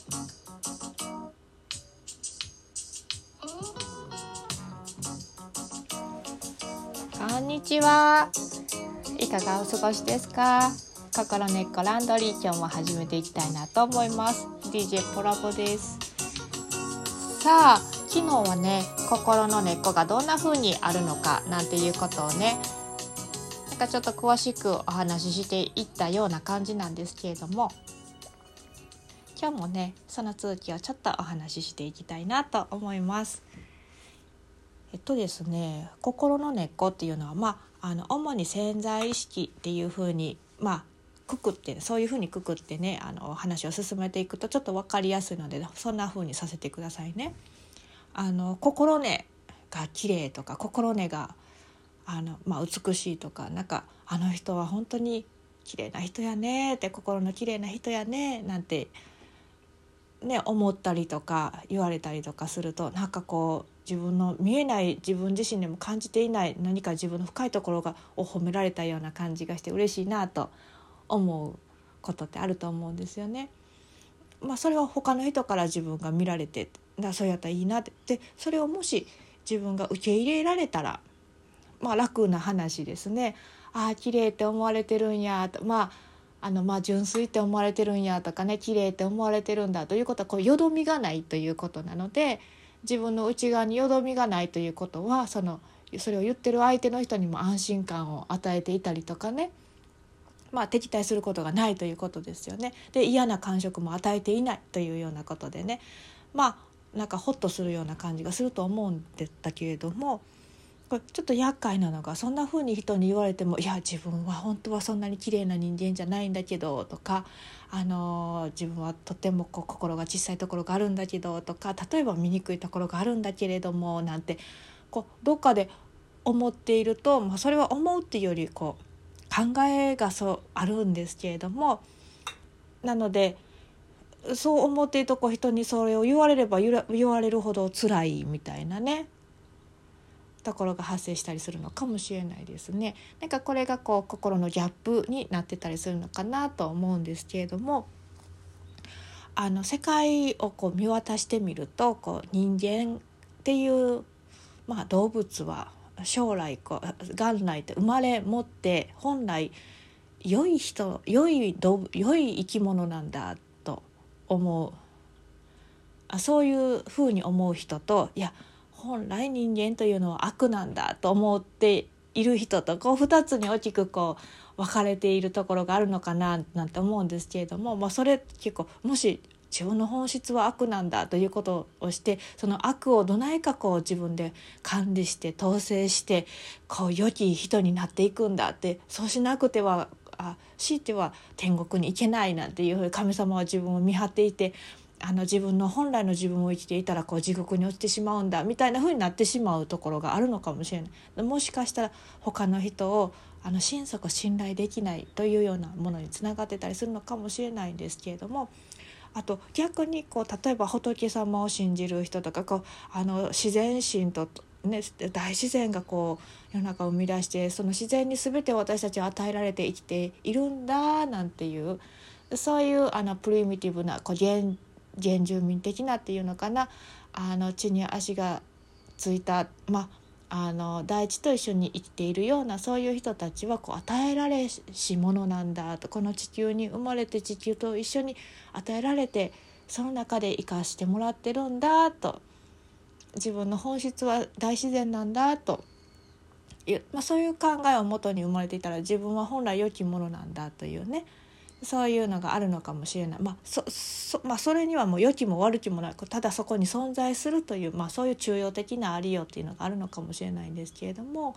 こんにちは。いかがお過ごしですか？心根っこランドリー、今日も始めていきたいなと思います。 DJ ポラボです。さあ、昨日はね、心の根っこがどんな風にあるのかなんていうことをね、なんかちょっと詳しくお話ししていったような感じなんですけれども、今日もねその続きをちょっとお話ししていきたいなと思います。ですね、心の根っこっていうのは、主に潜在意識っていう風にくくって、そういう風にくくってね、話を進めていくとちょっと分かりやすいので、そんな風にさせてくださいね。心根が綺麗とか、心根が美しいとか、なんかあの人は本当に綺麗な人やねって、心の綺麗な人やねなんてね、思ったりとか言われたりとかすると、なんかこう自分の見えない、自分自身でも感じていない何か自分の深いところを褒められたような感じがして嬉しいなと思うことってあると思うんですよね。それを他の人から自分が見られて、そうやったらいいなって、でそれをもし自分が受け入れられたら、楽な話ですね。ああ綺麗って思われてるんやと、純粋って思われてるんやとかね、綺麗って思われてるんだということは、こうよどみがないということなので、自分の内側によどみがないということは、それを言ってる相手の人にも安心感を与えていたりとかね、敵対することがないということですよね。で、嫌な感触も与えていないというようなことでね、なんかホッとするような感じがすると思うんだけれども、これちょっと厄介なのが、そんな風に人に言われても、いや自分は本当はそんなに綺麗な人間じゃないんだけどとか、自分はとても心が小さいところがあるんだけどとか、例えば醜いところがあるんだけれどもなんてどっかで思っていると、それは思うっていうより考えがそうあるんですけれども、なのでそう思っていると人にそれを言われれば言われるほど辛いみたいなねところが発生したりするのかもしれないですね。なんかこれが心のギャップになってたりするのかなと思うんですけれども、世界を見渡してみると、人間っていう、動物は将来元来って生まれ持って本来良い生き物なんだと思う、そういうふうに思う人と、いや本来人間というのは悪なんだと思っている人と、2つに大きく分かれているところがあるのかななんて思うんですけれども、それ結構、もし自分の本質は悪なんだということをして、その悪をどないか自分で管理して統制して良き人になっていくんだって、そうしなくては強いては天国に行けないなんていうふうに神様は自分を見張っていて、自分の本来の自分を生きていたら地獄に落ちてしまうんだみたいな風になってしまうところがあるのかもしれない。もしかしたら他の人を心底信頼できないというようなものにつながってたりするのかもしれないんですけれども、あと逆に例えば仏様を信じる人とか自然神とね、大自然が世の中を生み出して、その自然に全て私たちは与えられて生きているんだなんていう、そういうプリミティブな原住民的なっていうのかな、地に足がついた、大地と一緒に生きているような、そういう人たちは与えられし者なんだと、この地球に生まれて地球と一緒に与えられて、その中で生かしてもらってるんだと、自分の本質は大自然なんだという、そういう考えをもとに生まれていたら、自分は本来良きものなんだというね、そういうのがあるのかもしれない。それにはもう良きも悪きもなく、ただそこに存在するという、そういう中庸的なありようっていうのがあるのかもしれないんですけれども、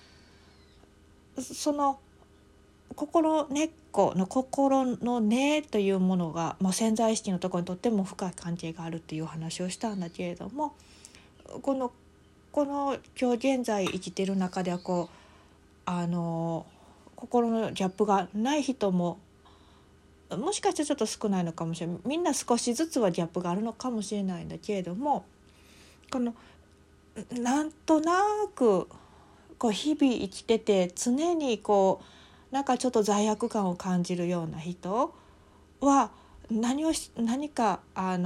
その心根っこの心の根というものが、潜在意識のところにとっても深い関係があるっていう話をしたんだけれども、この今日現在生きている中では心のギャップがない人ももしかしたらちょっと少ないのかもしれない。みんな少しずつはギャップがあるのかもしれないんだけれども、なんとなく日々生きてて常になんかちょっと罪悪感を感じるような人は、 何か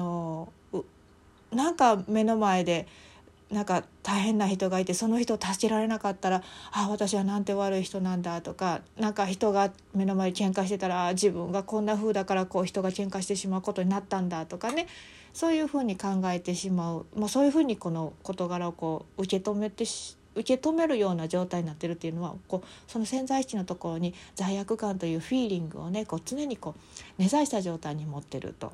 なんか目の前でなんか大変な人がいて、その人を助けられなかったら、私はなんて悪い人なんだとか、なんか人が目の前で喧嘩してたら、自分がこんな風だからこう人が喧嘩してしまうことになったんだとかね、そういう風に考えてしまう、そういう風にこの事柄をこう受け止めるような状態になってるっていうのは、その潜在意識のところに罪悪感というフィーリングをね、常に根ざした状態に持ってると、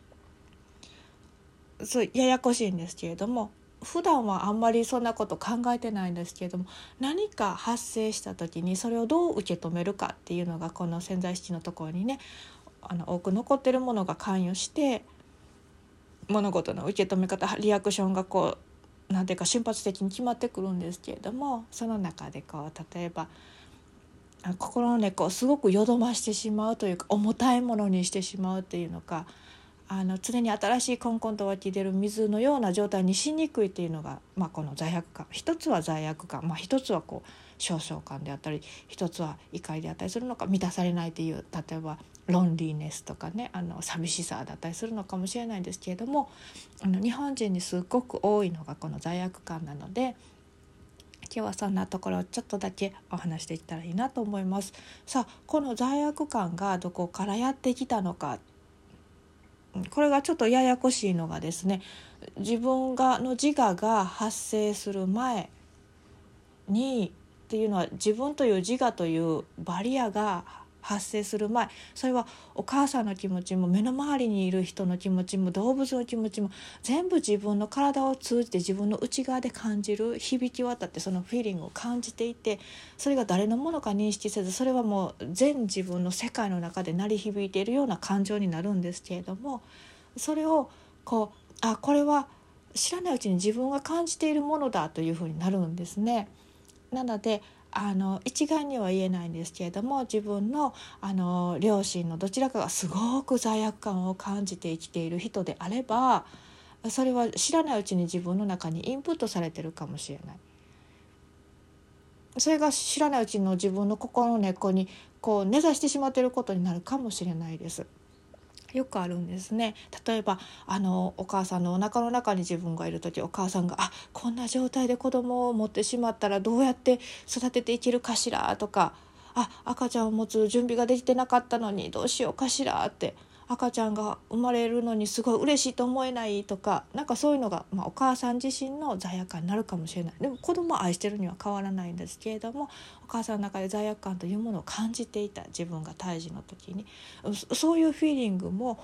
そうややこしいんですけれども、普段はあんまりそんなこと考えてないんですけれども、何か発生した時にそれをどう受け止めるかっていうのが、この潜在意識のところにね、多く残ってるものが関与して、物事の受け止め方、リアクションがなんていうか瞬発的に決まってくるんですけれども、その中で例えば心の根っこをすごくよどましてしまうというか、重たいものにしてしまうっていうのか、常に新しいコンコンと湧き出る水のような状態にしにくいっていうのが、この罪悪感、一つは罪悪感、一つは焦燥感であったり、一つは怒りであったりするのか、満たされないという、例えばロンリーネスとかね、寂しさだったりするのかもしれないんですけれども、日本人にすごく多いのがこの罪悪感なので、今日はそんなところをちょっとだけお話していったらいいなと思います。さあ、この罪悪感がどこからやってきたのか、これがちょっとややこしいのがですね、自分の自我が発生する前にっていうのは、自分という自我というバリアが発生する前、それはお母さんの気持ちも目の周りにいる人の気持ちも動物の気持ちも全部自分の体を通じて自分の内側で感じる、響き渡ってそのフィーリングを感じていて、それが誰のものか認識せず、それはもう全自分の世界の中で鳴り響いているような感情になるんですけれども、それをこれは知らないうちに自分が感じているものだというふうになるんですね。なので一概には言えないんですけれども、自分の両親のどちらかがすごく罪悪感を感じて生きている人であれば、それは知らないうちに自分の中にインプットされているかもしれない。それが知らないうちの自分の心の根っこに根ざしてしまっていることになるかもしれないです。よくあるんですね。例えばお母さんのお腹の中に自分がいる時、お母さんがこんな状態で子供を持ってしまったらどうやって育てていけるかしらとか、赤ちゃんを持つ準備ができてなかったのにどうしようかしらって、赤ちゃんが生まれるのにすごい嬉しいと思えないとか、なんかそういうのが、お母さん自身の罪悪感になるかもしれない。でも子供を愛してるには変わらないんですけれども、お母さんの中で罪悪感というものを感じていた自分が胎児の時に、そういうフィーリングも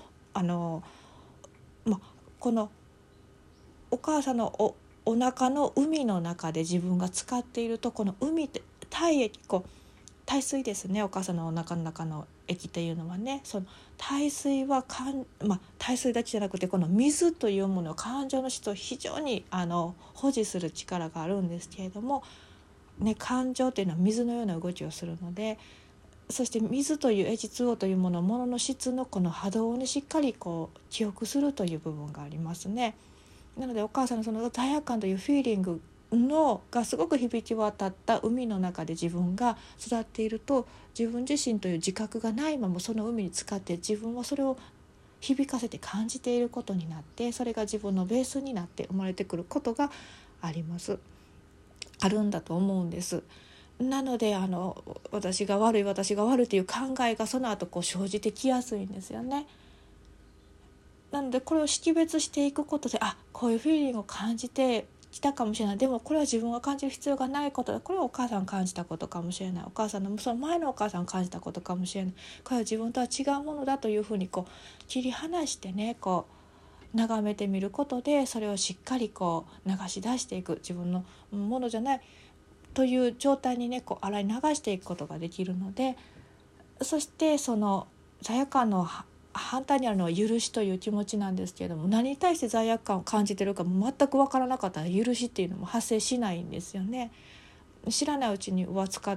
このお母さんのお腹の海の中で自分が使っていると、この海って体液、体水ですね。お母さんのお腹の中の液っていうのはね、その体水は体水だけじゃなくて、この水というものを感情の質を非常に保持する力があるんですけれども、感情というのは水のような動きをするので、そして水という H2O というものの質のこの波動をしっかり記憶するという部分がありますね。なのでお母さんのその罪悪感というフィーリングがすごく響き渡った海の中で自分が育っていると、自分自身という自覚がないままその海に浸かって、自分はそれを響かせて感じていることになって、それが自分のベースになって生まれてくることがあるんだと思うんです。なので私が悪いという考えがその後生じてきやすいんですよね。なのでこれを識別していくことで、こういうフィーリングを感じてきたかもしれない。でもこれは自分が感じる必要がないことだ。これはお母さん感じたことかもしれない。お母さんのその前のお母さん感じたことかもしれない。これは自分とは違うものだというふうに切り離してね、眺めてみることで、それをしっかり流し出していく、自分のものじゃないという状態にね、洗い流していくことができるので、そしてその罪悪感の反対にあるのは許しという気持ちなんですけれども、何に対して罪悪感を感じているかも全く分からなかったら許しっていうのも発生しないんですよね。知らないうちに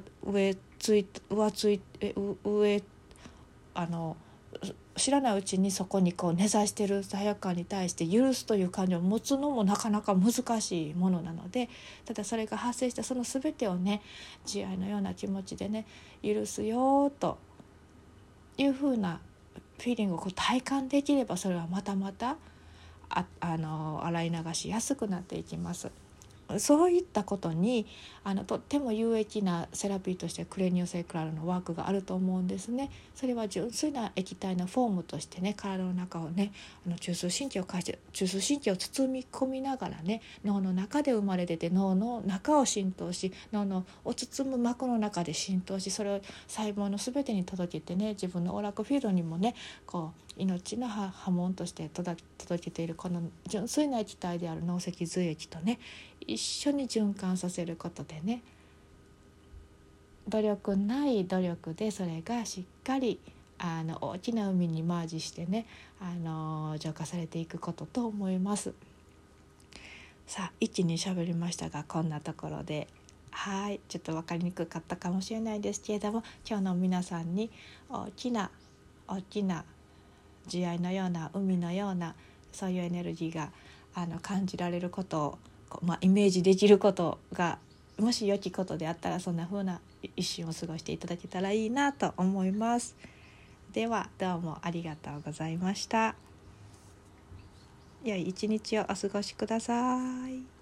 知らないうちにそこに根ざしている罪悪感に対して許すという感情を持つのもなかなか難しいものなので、ただそれが発生したその全てをね、慈愛のような気持ちでね、許すよというふうなフィーリングを体感できれば、それはまた洗い流しやすくなっていきます。そういったことにとっても有益なセラピーとしてクレニオセクラルのワークがあると思うんですね。それは純粋な液体のフォームとしてね、体の中をね中枢神経を介して中枢神経を包み込みながらね、脳の中で生まれ出て脳の中を浸透し、脳のを包む膜の中で浸透し、それを細胞の全てに届けてね、自分のオーラクフィールドにもね命の波紋として届けているこの純粋な液体である脳脊髄液とね一緒に循環させることでね、ない努力でそれがしっかり大きな海にマージしてね浄化されていくことと思います。さあ一気に喋りましたが、こんなところでちょっと分かりにくかったかもしれないですけれども、今日の皆さんに大きな慈愛のような海のようなそういうエネルギーが感じられることを、イメージできることがもし良きことであったら、そんな風な一瞬を過ごしていただけたらいいなと思います。ではどうもありがとうございました。良い一日をお過ごしください。